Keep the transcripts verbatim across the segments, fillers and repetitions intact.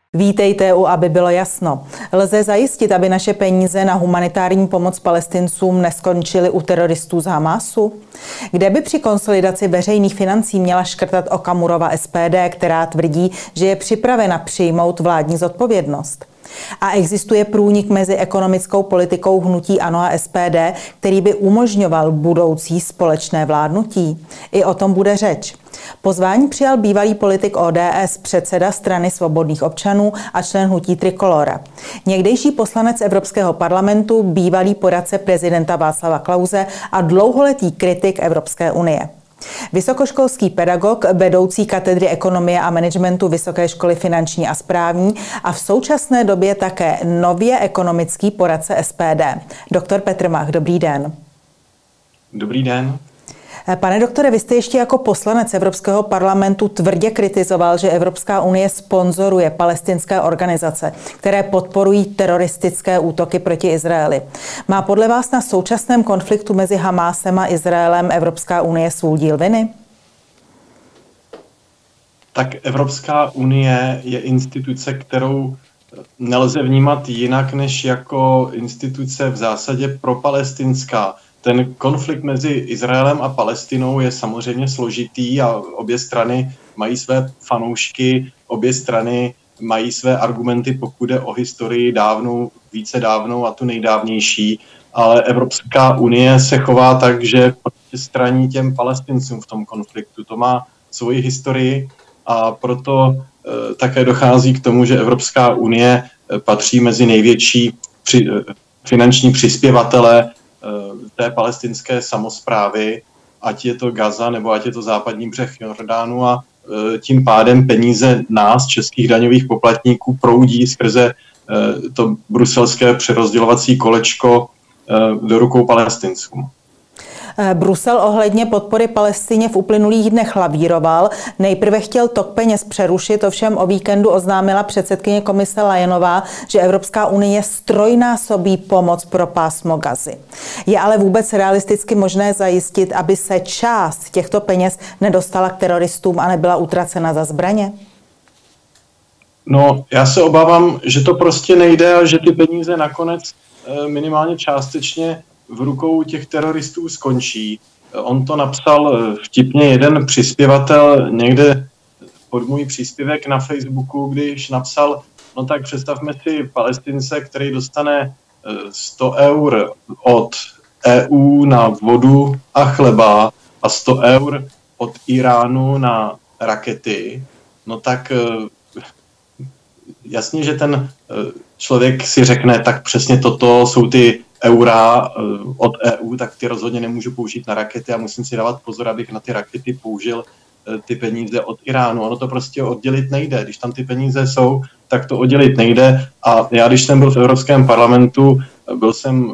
Vítejte u Aby bylo jasno. Lze zajistit, aby naše peníze na humanitární pomoc Palestincům neskončily u teroristů z Hamásu? Kde by při konsolidaci veřejných financí měla škrtat Okamurova S P D, která tvrdí, že je připravena přijmout vládní zodpovědnost? A existuje průnik mezi ekonomickou politikou hnutí ANO a S P D, který by umožňoval budoucí společné vládnutí? I o tom bude řeč. Pozvání přijal bývalý politik O D S, předseda Strany svobodných občanů a člen hnutí Trikolora. Někdejší poslanec Evropského parlamentu, bývalý poradce prezidenta Václava Klause a dlouholetý kritik Evropské unie. Vysokoškolský pedagog, vedoucí katedry ekonomie a managementu Vysoké školy finanční a správní a v současné době také nově ekonomický poradce S P D. Doktor Petr Mach, dobrý den. Dobrý den. Pane doktore, vy jste ještě jako poslanec Evropského parlamentu tvrdě kritizoval, že Evropská unie sponzoruje palestinské organizace, které podporují teroristické útoky proti Izraeli. Má podle vás na současném konfliktu mezi Hamásem a Izraelem Evropská unie svůj díl viny? Tak Evropská unie je instituce, kterou nelze vnímat jinak než jako instituce v zásadě propalestinská. Ten konflikt mezi Izraelem a Palestinou je samozřejmě složitý a obě strany mají své fanoušky, obě strany mají své argumenty, pokud jde o historii dávnou, více dávnou a tu nejdávnější, ale Evropská unie se chová tak, že protistraní těm Palestincům v tom konfliktu. To má svoji historii a proto e, také dochází k tomu, že Evropská unie patří mezi největší při, e, finanční přispěvatele té palestinské samosprávy, ať je to Gaza nebo ať je to západní břeh Jordánu, a tím pádem peníze nás, českých daňových poplatníků, proudí skrze to bruselské přerozdělovací kolečko do rukou Palestincům. Brusel ohledně podpory Palestině v uplynulých dnech lavíroval. Nejprve chtěl tok peněz přerušit, ovšem o víkendu oznámila předsedkyně komise Lajenová, že Evropská unie strojnásobí pomoc pro pásmo Gazy. Je ale vůbec realisticky možné zajistit, aby se část těchto peněz nedostala k teroristům a nebyla utracena za zbraně? No, já se obávám, že to prostě nejde a že ty peníze nakonec minimálně částečně v rukou těch teroristů skončí. On to napsal vtipně jeden přispěvatel někde pod můj příspěvek na Facebooku, když napsal, no tak představme si Palestince, který dostane sto eur od E U na vodu a chleba a sto eur od Iránu na rakety, no tak jasně, že ten člověk si řekne, tak přesně toto jsou ty eura od E U, tak ty rozhodně nemůžu použít na rakety a musím si dávat pozor, abych na ty rakety použil ty peníze od Iránu. Ono to prostě oddělit nejde. Když tam ty peníze jsou, tak to oddělit nejde. A já, když jsem byl v Evropském parlamentu, byl jsem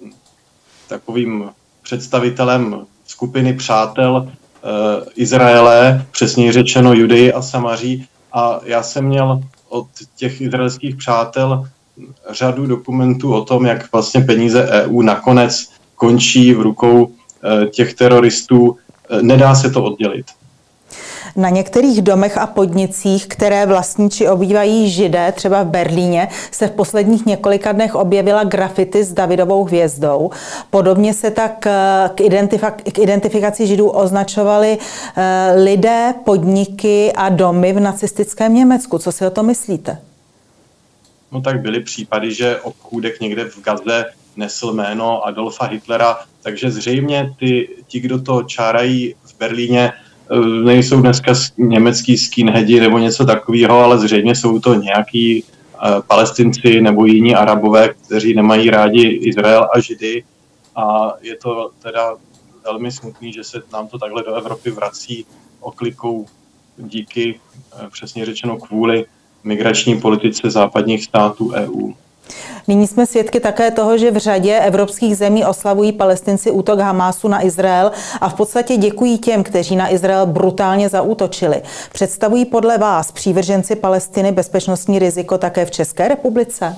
takovým představitelem skupiny přátel eh, Izraele, přesněji řečeno Judeji a Samaří, a já jsem měl od těch izraelských přátel řadu dokumentů o tom, jak vlastně peníze E U nakonec končí v rukou těch teroristů. Nedá se to oddělit. Na některých domech a podnicích, které vlastní či obývají Židé, třeba v Berlíně, se v posledních několika dnech objevila grafity s Davidovou hvězdou. Podobně se tak k, identifik- k identifikaci Židů označovali lidé, podniky a domy v nacistickém Německu. Co si o to myslíte? No tak byly případy, že obchůdek někde v Gaze nesl jméno Adolfa Hitlera, takže zřejmě ty, ti, kdo to čárají v Berlíně, nejsou dneska německý skinheadi nebo něco takového, ale zřejmě jsou to nějaký uh, Palestinci nebo jiní Arabové, kteří nemají rádi Izrael a Židy, a je to teda velmi smutný, že se nám to takhle do Evropy vrací oklikou díky, uh, přesně řečeno kvůli migrační politice západních států E U. Nyní jsme svědky také toho, že v řadě evropských zemí oslavují Palestinci útok Hamásu na Izrael a v podstatě děkují těm, kteří na Izrael brutálně zaútočili. Představují podle vás přívrženci Palestiny bezpečnostní riziko také v České republice?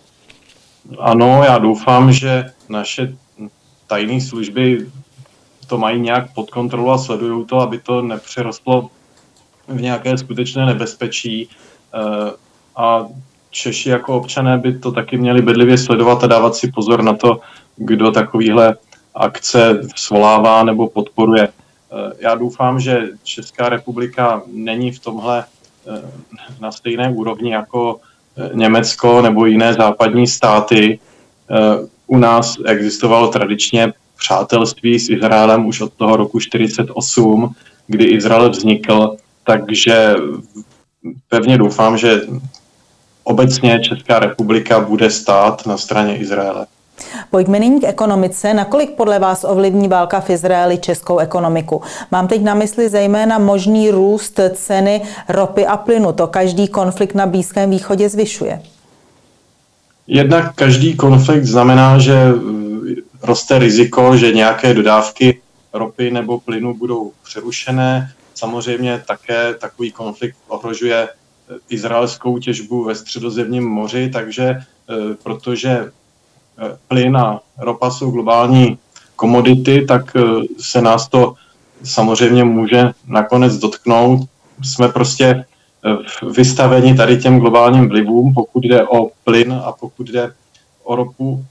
Ano, já doufám, že naše tajné služby to mají nějak pod kontrolou a sledují to, aby to nepřerostlo v nějaké skutečné nebezpečí. a Češi jako občané by to taky měli bedlivě sledovat a dávat si pozor na to, kdo takovýhle akce svolává nebo podporuje. Já doufám, že Česká republika není v tomhle na stejné úrovni jako Německo nebo jiné západní státy. U nás existovalo tradičně přátelství s Izraelem už od toho roku čtyřicet osm, kdy Izrael vznikl, takže pevně doufám, že obecně Česká republika bude stát na straně Izraele. Pojďme nyní k ekonomice. Nakolik podle vás ovlivní válka v Izraeli českou ekonomiku? Mám teď na mysli zejména možný růst ceny ropy a plynu. To každý konflikt na Blízkém východě zvyšuje. Jednak každý konflikt znamená, že roste riziko, že nějaké dodávky ropy nebo plynu budou přerušené. Samozřejmě také takový konflikt ohrožuje izraelskou těžbu ve Středozemním moři, takže protože plyn a ropa jsou globální komodity, tak se nás to samozřejmě může nakonec dotknout. Jsme prostě vystaveni tady těm globálním vlivům, pokud jde o plyn a pokud jde o ropu,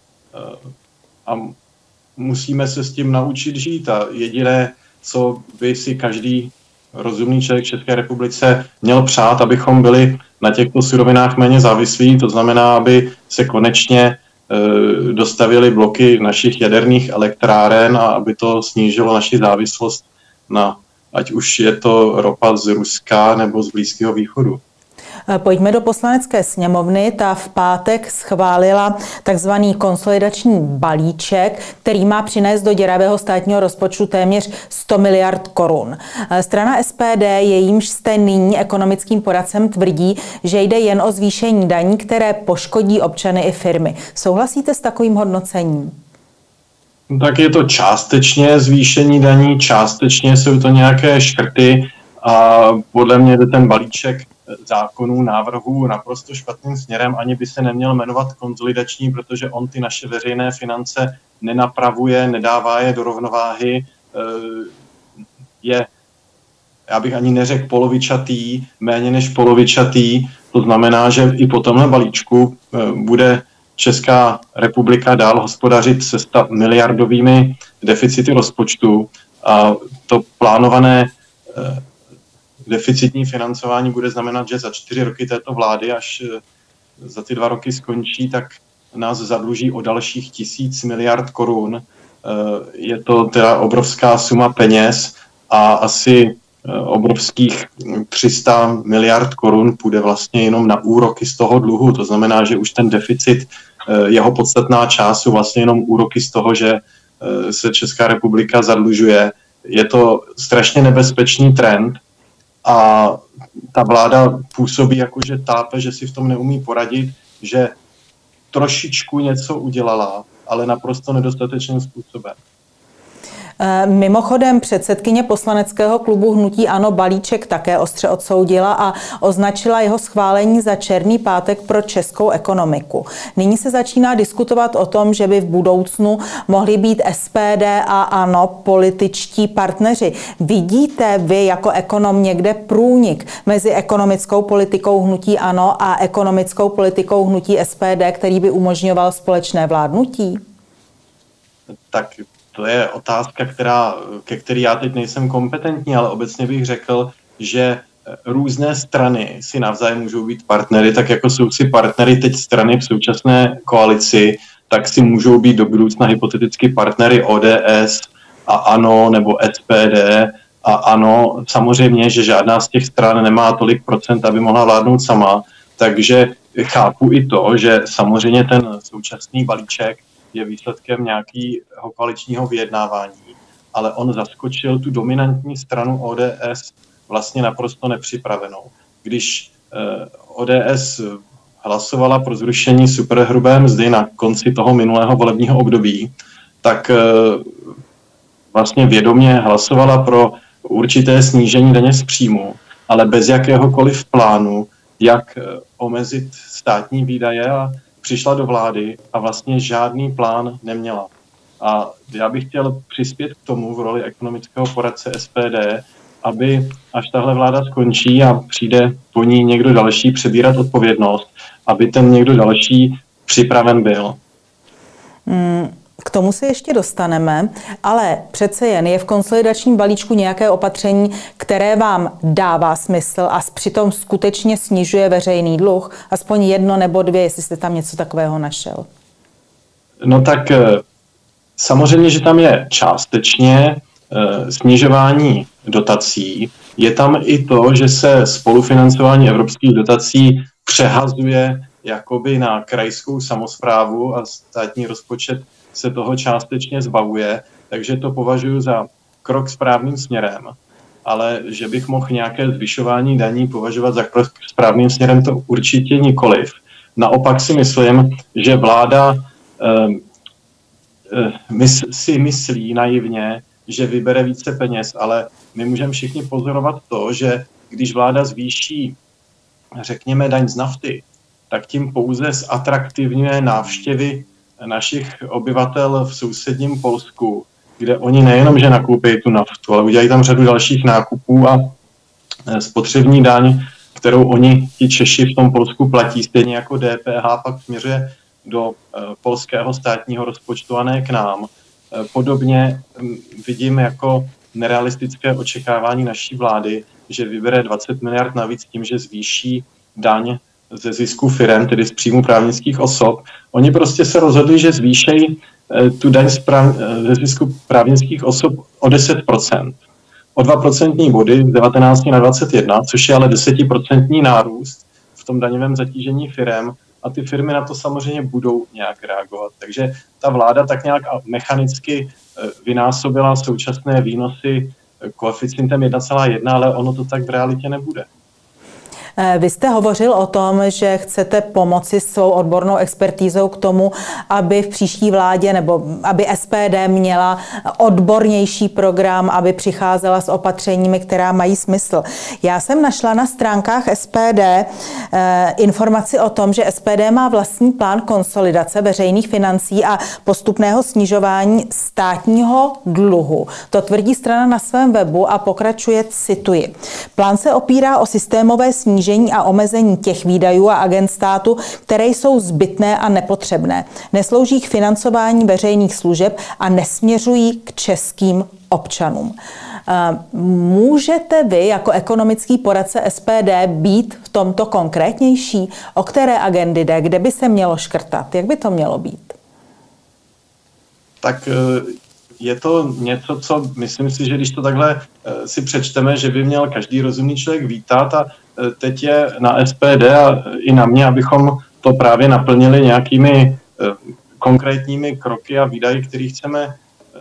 a musíme se s tím naučit žít. A jediné, co by si každý rozumný člověk v České republice měl přát, abychom byli na těchto surovinách méně závislí, to znamená, aby se konečně dostavily bloky našich jaderných elektráren a aby to snížilo naši závislost na, ať už je to ropa z Ruska nebo z Blízkého východu. Pojďme do Poslanecké sněmovny. Ta v pátek schválila takzvaný konsolidační balíček, který má přinést do děravého státního rozpočtu téměř sto miliard korun. Strana S P D, jejímž jste nyní ekonomickým poradcem, tvrdí, že jde jen o zvýšení daní, které poškodí občany i firmy. Souhlasíte s takovým hodnocením? Tak je to částečně zvýšení daní, částečně jsou to nějaké škrty a podle mě jde ten balíček zákonů, návrhů naprosto špatným směrem, ani by se neměl jmenovat konsolidační, protože on ty naše veřejné finance nenapravuje, nedává je do rovnováhy, je, já bych ani neřekl polovičatý, méně než polovičatý, to znamená, že i po tomhle balíčku bude Česká republika dál hospodařit se sta miliardovými deficity rozpočtu a to plánované deficitní financování bude znamenat, že za čtyři roky této vlády, až za ty dva roky skončí, tak nás zadluží o dalších tisíc miliard korun. Je to teda obrovská suma peněz a asi obrovských tři sta miliard korun půjde vlastně jenom na úroky z toho dluhu. To znamená, že už ten deficit, jeho podstatná část jsou vlastně jenom úroky z toho, že se Česká republika zadlužuje. Je to strašně nebezpečný trend, a ta vláda působí jako, že tápe, že si v tom neumí poradit, že trošičku něco udělala, ale naprosto nedostatečným způsobem. Mimochodem předsedkyně poslaneckého klubu Hnutí ANO balíček také ostře odsoudila a označila jeho schválení za černý pátek pro českou ekonomiku. Nyní se začíná diskutovat o tom, že by v budoucnu mohli být S P D a ANO političtí partneři. Vidíte vy jako ekonom někde průnik mezi ekonomickou politikou Hnutí ANO a ekonomickou politikou Hnutí S P D, který by umožňoval společné vládnutí? Tak to je otázka, která, ke které já teď nejsem kompetentní, ale obecně bych řekl, že různé strany si navzájem můžou být partnery, tak jako jsou si partnery teď strany v současné koalici, tak si můžou být do budoucna hypoteticky partnery O D S a ANO nebo S P D a ANO. Samozřejmě, že žádná z těch stran nemá tolik procent, aby mohla vládnout sama, takže chápu i to, že samozřejmě ten současný balíček je výsledkem nějakého koaličního vyjednávání, ale on zaskočil tu dominantní stranu O D S vlastně naprosto nepřipravenou. Když eh, O D S hlasovala pro zrušení superhrubé mzdy na konci toho minulého volebního období, tak eh, vlastně vědomě hlasovala pro určité snížení daně z příjmu, ale bez jakéhokoliv plánu, jak eh, omezit státní výdaje, a přišla do vlády a vlastně žádný plán neměla. A já bych chtěl přispět k tomu v roli ekonomického poradce S P D, aby až tahle vláda skončí a přijde po ní někdo další přebírat odpovědnost, aby ten někdo další připraven byl. Hmm. K tomu se ještě dostaneme, ale přece jen je v konsolidačním balíčku nějaké opatření, které vám dává smysl a přitom skutečně snižuje veřejný dluh, aspoň jedno nebo dvě, jestli jste tam něco takového našel. No tak samozřejmě, že tam je částečně snižování dotací. Je tam i to, že se spolufinancování evropských dotací přehazuje jakoby na krajskou samosprávu a státní rozpočet se toho částečně zbavuje, takže to považuji za krok správným směrem, ale že bych mohl nějaké zvyšování daní považovat za krok správným směrem, to určitě nikoliv. Naopak si myslím, že vláda eh, eh, mys, si myslí naivně, že vybere více peněz, ale my můžeme všichni pozorovat to, že když vláda zvýší, řekněme, daň z nafty, tak tím pouze zatraktivňuje návštěvy našich obyvatel v sousedním Polsku, kde oni nejenom, že nakoupí tu naftu, ale udělají tam řadu dalších nákupů a spotřební daň, kterou oni, ti Češi v tom Polsku platí, stejně jako D P H, pak směřuje do polského státního rozpočtu a ne k nám. Podobně vidím jako nerealistické očekávání naší vlády, že vybere dvacet miliard navíc tím, že zvýší daň ze zisku firem, tedy z příjmu právnických osob. Oni prostě se rozhodli, že zvýšejí tu daň z práv, ze zisku právnických osob o deset procent. O dva procentní body z devatenáct na dvacet jedna, což je ale desetiprocentní nárůst v tom daňovém zatížení firem a ty firmy na to samozřejmě budou nějak reagovat. Takže ta vláda tak nějak mechanicky vynásobila současné výnosy koeficientem jedna celá jedna, ale ono to tak v realitě nebude. Vy jste hovořil o tom, že chcete pomoci svou odbornou expertízou k tomu, aby v příští vládě nebo aby S P D měla odbornější program, aby přicházela s opatřeními, která mají smysl. Já jsem našla na stránkách S P D eh, informaci o tom, že S P D má vlastní plán konsolidace veřejných financí a postupného snižování státního dluhu. To tvrdí strana na svém webu a pokračuje, cituji. Plán se opírá o systémové snížení a omezení těch výdajů a agend státu, které jsou zbytné a nepotřebné. Neslouží k financování veřejných služeb a nesměřují k českým občanům. Můžete vy jako ekonomický poradce S P D být v tomto konkrétnější? O které agendy jde? Kde by se mělo škrtat? Jak by to mělo být? Tak je to něco, co myslím si, že když to takhle si přečteme, že by měl každý rozumný člověk vítat a teď je na S P D a i na mě, abychom to právě naplnili nějakými konkrétními kroky a výdaji, které chceme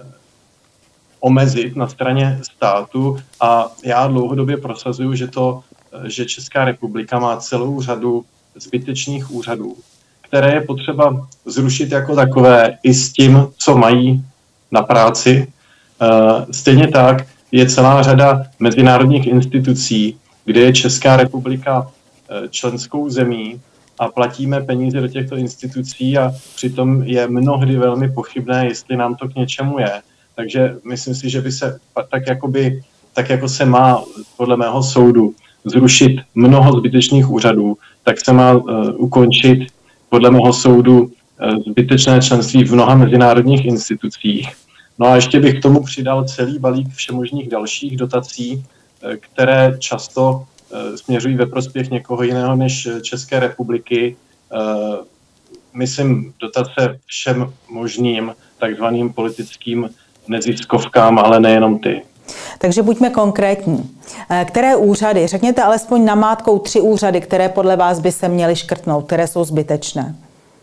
omezit na straně státu a já dlouhodobě prosazuju, že to, že Česká republika má celou řadu zbytečných úřadů, které je potřeba zrušit jako takové i s tím, co mají na práci. Stejně tak je celá řada mezinárodních institucí, kde je Česká republika členskou zemí a platíme peníze do těchto institucí a přitom je mnohdy velmi pochybné, jestli nám to k něčemu je. Takže myslím si, že by se tak, jakoby, tak jako se má podle mého soudu zrušit mnoho zbytečných úřadů, tak se má uh, ukončit podle mého soudu uh, zbytečné členství v mnoha mezinárodních institucích. No a ještě bych k tomu přidal celý balík všemožných dalších dotací, uh, které často uh, směřují ve prospěch někoho jiného než České republiky. Uh, myslím dotace všem možným takzvaným politickým neziskovkám, ale nejenom ty. Takže buďme konkrétní. Které úřady, řekněte alespoň namátkou tři úřady, které podle vás by se měly škrtnout, které jsou zbytečné?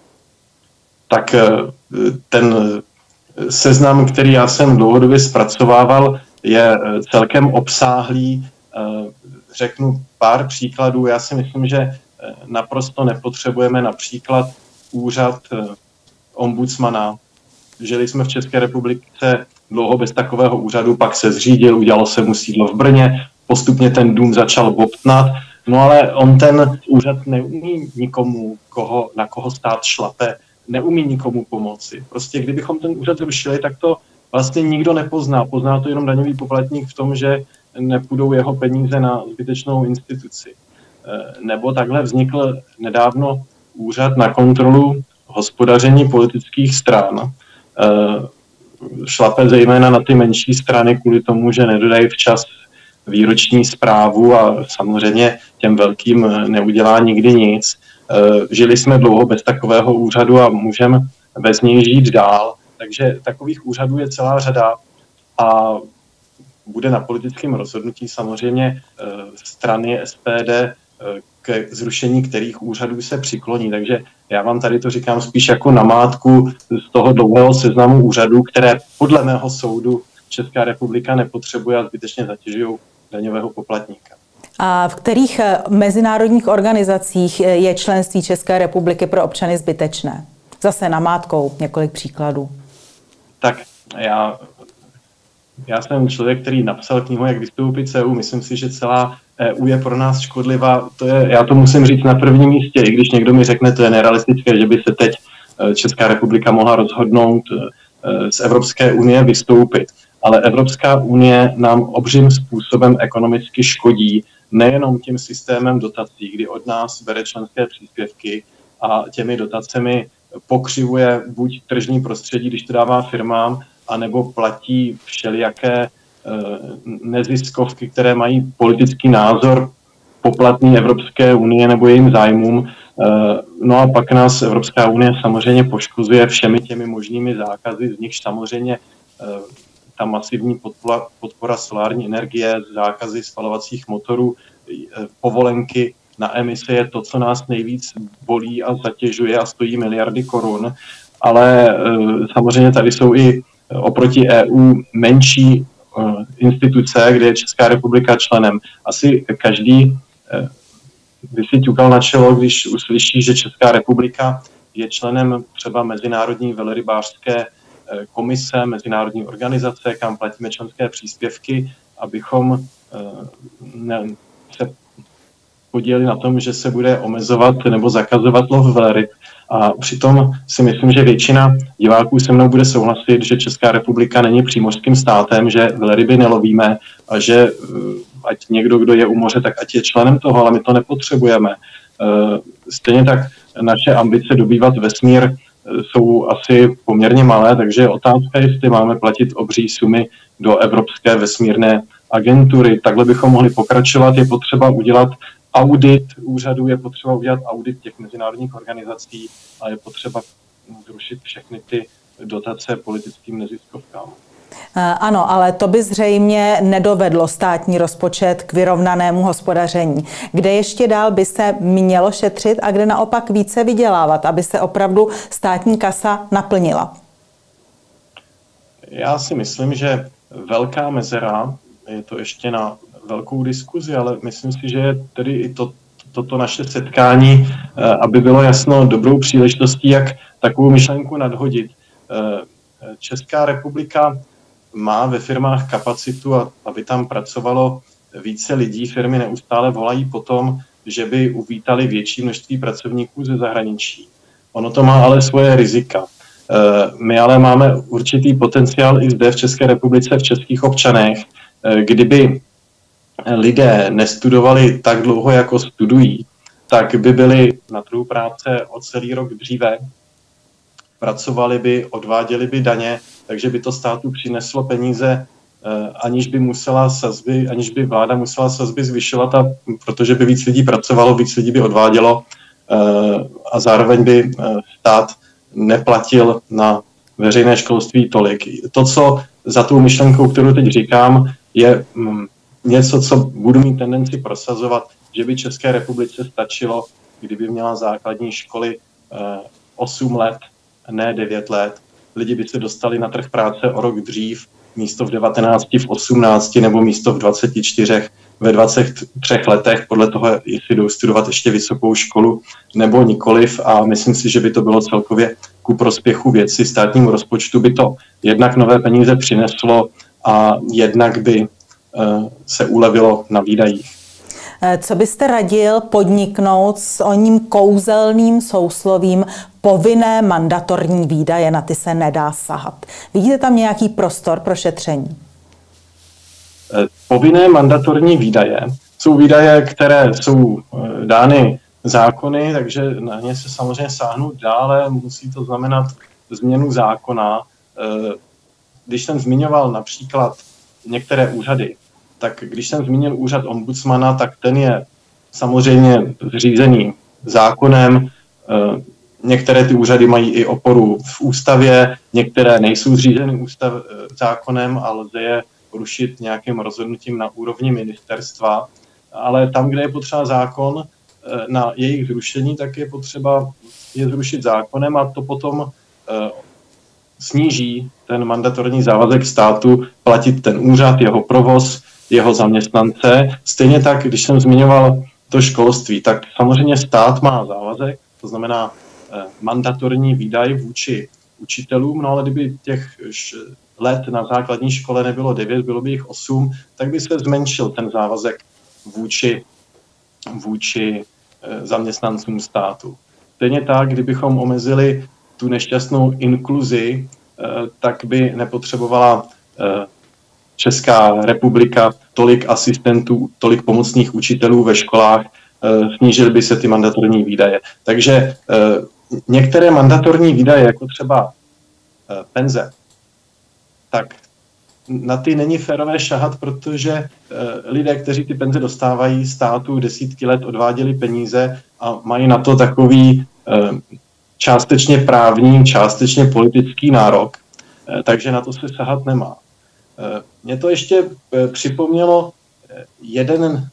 Tak ten seznam, který já jsem dlouhodobě zpracovával, je celkem obsáhlý. Řeknu pár příkladů. Já si myslím, že naprosto nepotřebujeme například úřad ombudsmana. Žili jsme v České republice dlouho bez takového úřadu, pak se zřídil, udělalo se mu sídlo v Brně, postupně ten dům začal bobtnat, no ale on ten úřad neumí nikomu, koho, na koho stát šlape, neumí nikomu pomoci. Prostě kdybychom ten úřad zrušili, tak to vlastně nikdo nepozná. Pozná to jenom daňový poplatník v tom, že nepůjdou jeho peníze na zbytečnou instituci. Nebo takhle vznikl nedávno úřad na kontrolu hospodaření politických stran. Šlape zejména na ty menší strany kvůli tomu, že nedodají včas výroční zprávu a samozřejmě těm velkým neudělá nikdy nic. Žili jsme dlouho bez takového úřadu a můžeme bez něj žít dál. Takže takových úřadů je celá řada a bude na politickém rozhodnutí samozřejmě strany S P D k zrušení kterých úřadů se přikloní. Takže já vám tady to říkám spíš jako namátku z toho dlouhého seznamu úřadů, které podle mého soudu Česká republika nepotřebuje a zbytečně zatěžují daňového poplatníka. A v kterých mezinárodních organizacích je členství České republiky pro občany zbytečné? Zase namátkou několik příkladů. Tak já, já jsem člověk, který napsal knihu Jak vystoupit z E U. Myslím si, že celá E U je pro nás škodlivá. To je, já to musím říct na prvním místě, i když někdo mi řekne, to je nerealistické, že by se teď Česká republika mohla rozhodnout z Evropské unie vystoupit. Ale Evropská unie nám obřím způsobem ekonomicky škodí, nejenom tím systémem dotací, kdy od nás bere členské příspěvky a těmi dotacemi pokřivuje buď tržní prostředí, když to dává firmám, anebo platí všelijaké neziskovky, které mají politický názor poplatný Evropské unie nebo jejím zájmům. No a pak nás Evropská unie samozřejmě poškozuje všemi těmi možnými zákazy, z nichž samozřejmě ta masivní podpora, podpora solární energie, zákazy spalovacích motorů, povolenky na emise je to, co nás nejvíc bolí a zatěžuje a stojí miliardy korun. Ale samozřejmě tady jsou i oproti E U menší instituce, kde je Česká republika členem. Asi každý by si ťukal na čelo, když uslyší, že Česká republika je členem třeba Mezinárodní velrybářské komise, mezinárodní organizace, kam platíme členské příspěvky, abychom ne, se podíleli na tom, že se bude omezovat nebo zakazovat lov velryb. A přitom si myslím, že většina diváků se mnou bude souhlasit, že Česká republika není přímořským státem, že velryby nelovíme a že ať někdo, kdo je u moře, tak ať je členem toho, ale my to nepotřebujeme. Stejně tak naše ambice dobývat vesmír jsou asi poměrně malé, takže otázka je, jestli máme platit obří sumy do Evropské vesmírné agentury. Takhle bychom mohli pokračovat. Je potřeba udělat audit úřadů, je potřeba udělat audit těch mezinárodních organizací a je potřeba zrušit všechny ty dotace politickým neziskovkám. Ano, ale to by zřejmě nedovedlo státní rozpočet k vyrovnanému hospodaření. Kde ještě dál by se mělo šetřit a kde naopak více vydělávat, aby se opravdu státní kasa naplnila? Já si myslím, že velká mezera, je to ještě na velkou diskuzi, ale myslím si, že je tedy i to, toto naše setkání, aby bylo jasno, dobrou příležitostí, jak takovou myšlenku nadhodit. Česká republika má ve firmách kapacitu, aby tam pracovalo více lidí. Firmy neustále volají po tom, že by uvítali větší množství pracovníků ze zahraničí. Ono to má ale svoje rizika. My ale máme určitý potenciál i zde v České republice, v českých občanech. Kdyby lidé nestudovali tak dlouho, jako studují, tak by byli na trhu práce o celý rok dříve, pracovali by, odváděli by daně, takže by to státu přineslo peníze, aniž by musela sazby, aniž by vláda musela sazby zvyšovat, a protože by víc lidí pracovalo, víc lidí by odvádělo a zároveň by stát neplatil na veřejné školství tolik. To, co za tou myšlenkou, kterou teď říkám, je něco, co budu mít tendenci prosazovat, že by České republice stačilo, kdyby měla základní školy osm let, ne devět let. Lidi by se dostali na trh práce o rok dřív, místo v devatenácti, v osmnácti nebo místo v dvaceti čtyřech, ve dvaceti třech letech, podle toho, jestli jdou studovat ještě vysokou školu nebo nikoliv. A myslím si, že by to bylo celkově ku prospěchu věci. Státnímu rozpočtu by to jednak nové peníze přineslo a jednak by se ulevilo na výdajích. Co byste radil podniknout s oním kouzelným souslovím povinné mandatorní výdaje, na ty se nedá sahat? Vidíte tam nějaký prostor pro šetření? Povinné mandatorní výdaje jsou výdaje, které jsou dány zákony, takže na ně se samozřejmě sáhnout dále, musí to znamenat změnu zákona. Když jsem zmiňoval například některé úřady, tak když jsem zmínil úřad ombudsmana, tak ten je samozřejmě zřízený zákonem. Některé ty úřady mají i oporu v ústavě, některé nejsou zřízeny ústav, zákonem a lze je rušit nějakým rozhodnutím na úrovni ministerstva. Ale tam, kde je potřeba zákon na jejich zrušení, tak je potřeba je zrušit zákonem a to potom sníží ten mandatorní závazek státu platit ten úřad, jeho provoz, jeho zaměstnance. Stejně tak, když jsem zmiňoval to školství, tak samozřejmě stát má závazek, to znamená eh, mandatorní výdaj vůči učitelům, no ale kdyby těch let na základní škole nebylo devět, bylo by jich osm, tak by se zmenšil ten závazek vůči, vůči eh, zaměstnancům státu. Stejně tak, kdybychom omezili tu nešťastnou inkluzi, tak by nepotřebovala Česká republika tolik asistentů, tolik pomocných učitelů ve školách, snížily by se ty mandatorní výdaje. Takže některé mandatorní výdaje, jako třeba penze, tak na ty není férové šahat, protože lidé, kteří ty penze dostávají státu desítky let, odváděli peníze a mají na to takový částečně právní, částečně politický nárok, takže na to se sahat nemá. Mně to ještě připomnělo jeden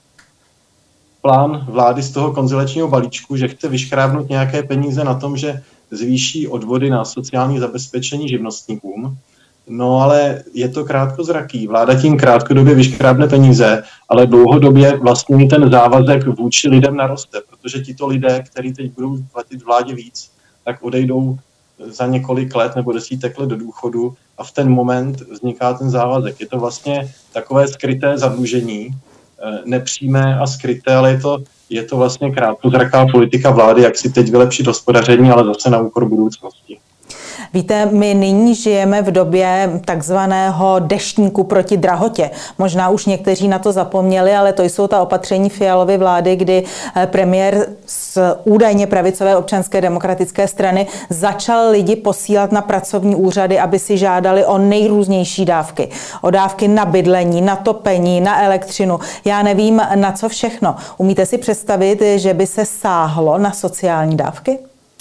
plán vlády z toho konziliačního balíčku, že chce vyškrábnout nějaké peníze na tom, že zvýší odvody na sociální zabezpečení živnostníkům. No ale je to krátkozraký. Vláda tím krátkodobě vyškrábne peníze, ale dlouhodobě vlastně ten závazek vůči lidem naroste, protože tito lidé, kteří teď budou platit vládě víc, tak odejdou za několik let nebo desítek let do důchodu a v ten moment vzniká ten závazek. Je to vlastně takové skryté zadlužení, nepřímé a skryté, ale je to, je to vlastně krátkozraká politika vlády, jak si teď vylepšit hospodaření, ale zase na úkor budoucnosti. Víte, my nyní žijeme v době takzvaného deštníku proti drahotě. Možná už někteří na to zapomněli, ale to jsou ta opatření Fialovy vlády, kdy premiér z údajně pravicové Občanské demokratické strany začal lidi posílat na pracovní úřady, aby si žádali o nejrůznější dávky. O dávky na bydlení, na topení, na elektřinu. Já nevím, na co všechno. Umíte si představit, že by se sáhlo na sociální dávky?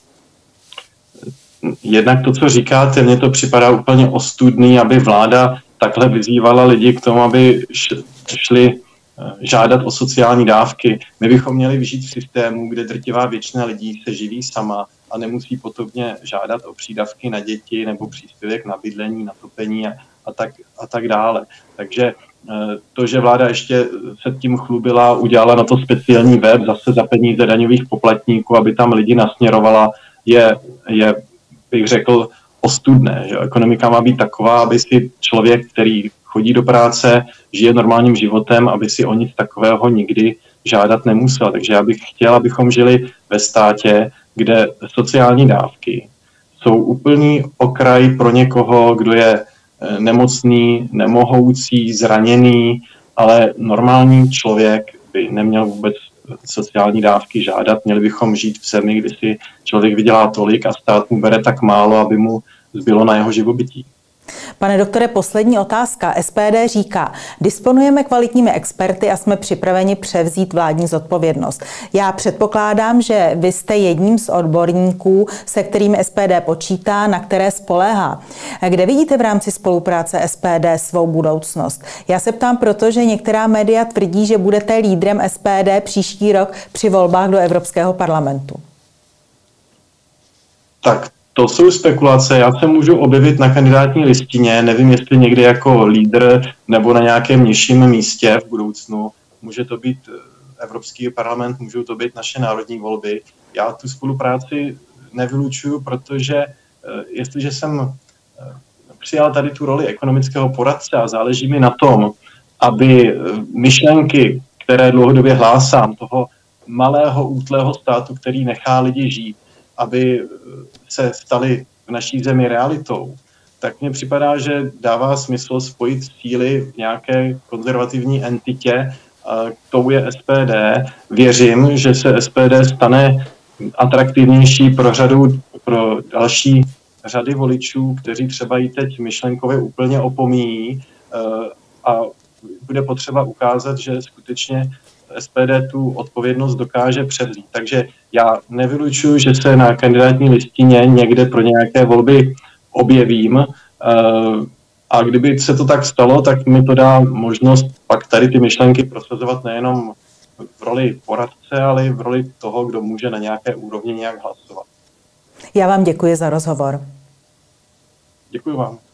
Jednak to, co říkáte, mně to připadá úplně ostudný, aby vláda takhle vyzývala lidi k tomu, aby šli žádat o sociální dávky. My bychom měli vyžít v systému, kde drtivá většina lidí se živí sama a nemusí potobně žádat o přídavky na děti nebo příspěvek na bydlení, na topení a, a, tak, a tak dále. Takže to, že vláda ještě se tím chlubila, udělala na to speciální web zase za peníze daňových poplatníků, aby tam lidi nasměrovala, je, je bych řekl, ostudné. Že ekonomika má být taková, aby si člověk, který chodí do práce, žije normálním životem, aby si o nic takového nikdy žádat nemusel. Takže já bych chtěl, abychom žili ve státě, kde sociální dávky jsou úplný okraj pro někoho, kdo je nemocný, nemohoucí, zraněný, ale normální člověk by neměl vůbec sociální dávky žádat. Měli bychom žít v zemi, kdy si člověk vydělá tolik a stát mu bere tak málo, aby mu zbylo na jeho živobytí. Pane doktore, poslední otázka. S P D říká, disponujeme kvalitními experty a jsme připraveni převzít vládní zodpovědnost. Já předpokládám, že vy jste jedním z odborníků, se kterými S P D počítá, na které spoléhá. Kde vidíte v rámci spolupráce S P D svou budoucnost? Já se ptám proto, že některá média tvrdí, že budete lídrem S P D příští rok při volbách do Evropského parlamentu. Tak. To jsou spekulace, já se můžu objevit na kandidátní listině, nevím, jestli někde jako lídr nebo na nějakém nižším místě v budoucnu. Může to být Evropský parlament, můžou to být naše národní volby. Já tu spolupráci nevylučuju, protože jestliže jsem přijal tady tu roli ekonomického poradce a záleží mi na tom, aby myšlenky, které dlouhodobě hlásám, toho malého útlého státu, který nechá lidi žít, aby se staly v naší zemi realitou, tak mně připadá, že dává smysl spojit síly v nějaké konzervativní entitě, tou je S P D. Věřím, že se S P D stane atraktivnější pro řadu, pro další řady voličů, kteří třeba ji teď myšlenkově úplně opomíjí, a bude potřeba ukázat, že skutečně S P D tu odpovědnost dokáže převzít. Takže já nevylučuji, že se na kandidátní listině někde pro nějaké volby objevím, a kdyby se to tak stalo, tak mi to dá možnost pak tady ty myšlenky prosazovat nejenom v roli poradce, ale i v roli toho, kdo může na nějaké úrovni nějak hlasovat. Já vám děkuji za rozhovor. Děkuji vám.